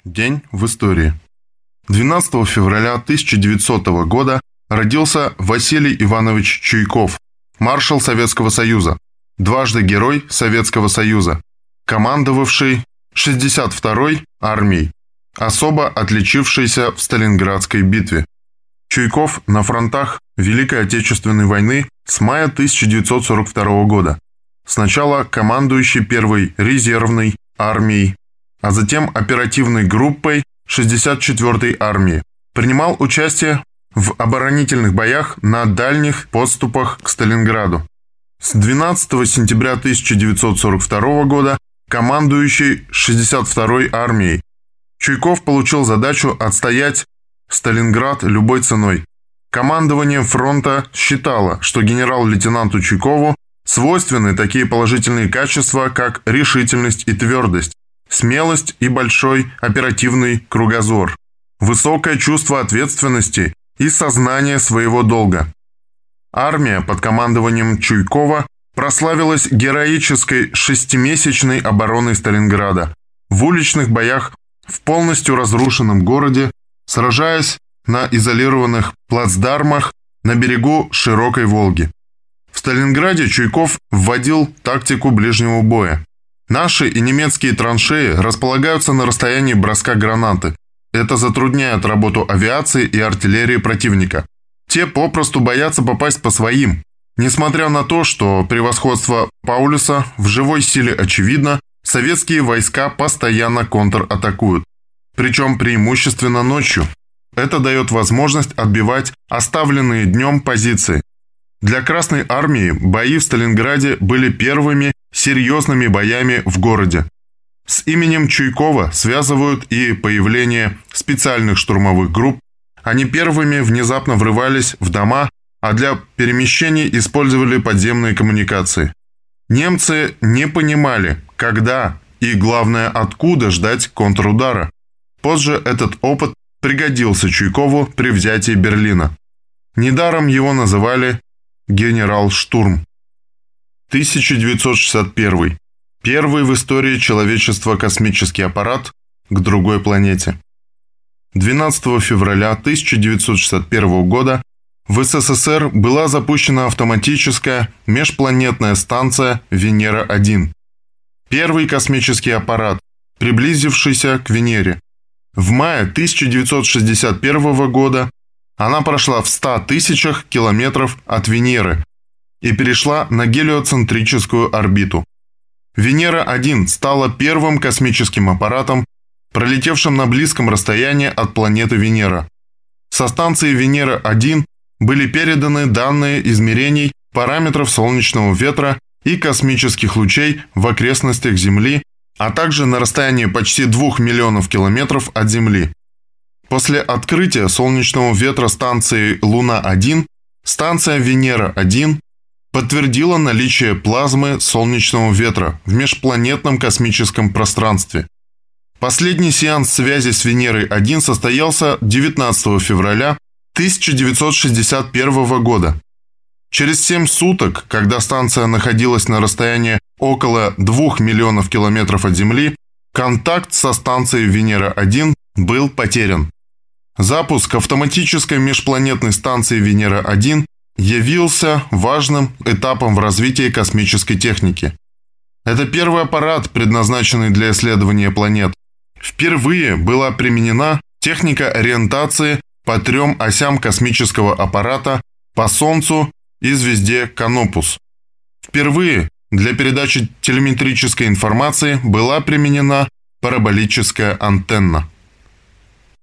День в истории. 12 февраля 1900 года родился Василий Иванович Чуйков, маршал Советского Союза, дважды Герой Советского Союза, командовавший 62-й армией, особо отличившийся в Сталинградской битве. Чуйков на фронтах Великой Отечественной войны с мая 1942 года. Сначала командующий первой резервной армией, а затем оперативной группой 64-й армии. Принимал участие в оборонительных боях на дальних подступах к Сталинграду. С 12 сентября 1942 года командующий 62-й армией. Чуйков получил задачу отстоять Сталинград любой ценой. Командование фронта считало, что генерал-лейтенанту Чуйкову свойственны такие положительные качества, как решительность и твердость, смелость и большой оперативный кругозор, высокое чувство ответственности и сознание своего долга. Армия под командованием Чуйкова прославилась героической шестимесячной обороной Сталинграда, в уличных боях в полностью разрушенном городе, сражаясь на изолированных плацдармах на берегу широкой Волги. В Сталинграде Чуйков вводил тактику ближнего боя. Наши и немецкие траншеи располагаются на расстоянии броска гранаты. Это затрудняет работу авиации и артиллерии противника. Те попросту боятся попасть по своим. Несмотря на то, что превосходство Паулюса в живой силе очевидно, советские войска постоянно контратакуют. Причем преимущественно ночью. Это дает возможность отбивать оставленные днем позиции. Для Красной армии бои в Сталинграде были первыми серьезными боями в городе. С именем Чуйкова связывают и появление специальных штурмовых групп. Они первыми внезапно врывались в дома, а для перемещений использовали подземные коммуникации. Немцы не понимали, когда и, главное, откуда ждать контрудара. Позже этот опыт пригодился Чуйкову при взятии Берлина. Недаром его называли «Генерал-штурм». 1961. Первый в истории человечества космический аппарат к другой планете. 12 февраля 1961 года в СССР была запущена автоматическая межпланетная станция «Венера-1». Первый космический аппарат, приблизившийся к Венере. В мае 1961 года она прошла в 100 тысячах километров от Венеры и перешла на гелиоцентрическую орбиту. Венера-1 стала первым космическим аппаратом, пролетевшим на близком расстоянии от планеты Венера. Со станции Венера-1 были переданы данные измерений параметров солнечного ветра и космических лучей в окрестностях Земли, а также на расстоянии почти 2 миллионов километров от Земли. После открытия солнечного ветра станции Луна-1, станция Венера-1 подтвердила наличие плазмы солнечного ветра в межпланетном космическом пространстве. Последний сеанс связи с Венерой-1 состоялся 19 февраля 1961 года. Через 7 суток, когда станция находилась на расстоянии около 2 миллионов километров от Земли, контакт со станцией Венера-1 был потерян. Запуск автоматической межпланетной станции Венера-1 явился важным этапом в развитии космической техники. Это первый аппарат, предназначенный для исследования планет. Впервые была применена техника ориентации по 3 осям космического аппарата по Солнцу и звезде Канопус. Впервые для передачи телеметрической информации была применена параболическая антенна.